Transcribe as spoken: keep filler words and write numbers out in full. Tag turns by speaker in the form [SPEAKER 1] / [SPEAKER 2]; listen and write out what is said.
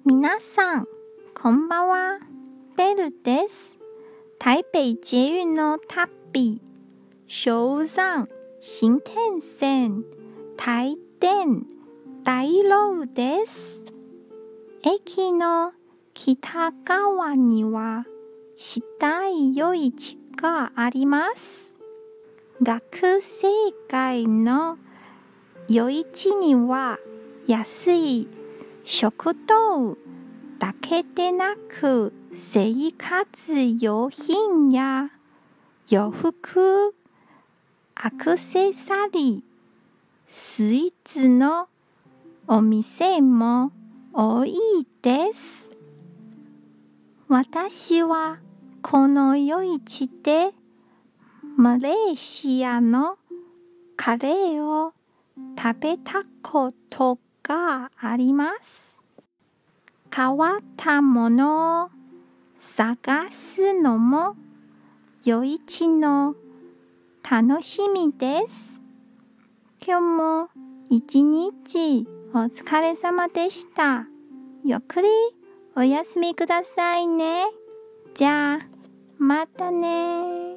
[SPEAKER 1] 皆さん、こんばんは。ベルです。台北捷運の旅、小山新天線、台電大路です。駅の北側にはしたい夜市があります。学生街の夜市には安い食堂だけでなく生活用品や洋服、アクセサリー、スイーツのお店も多いです。私はこの夜市でマレーシアのカレーを食べたことがあります。変わったものを探すのも夜市の楽しみです。今日も一日お疲れ様でした。ゆっくりお休みくださいね。じゃあ、またね。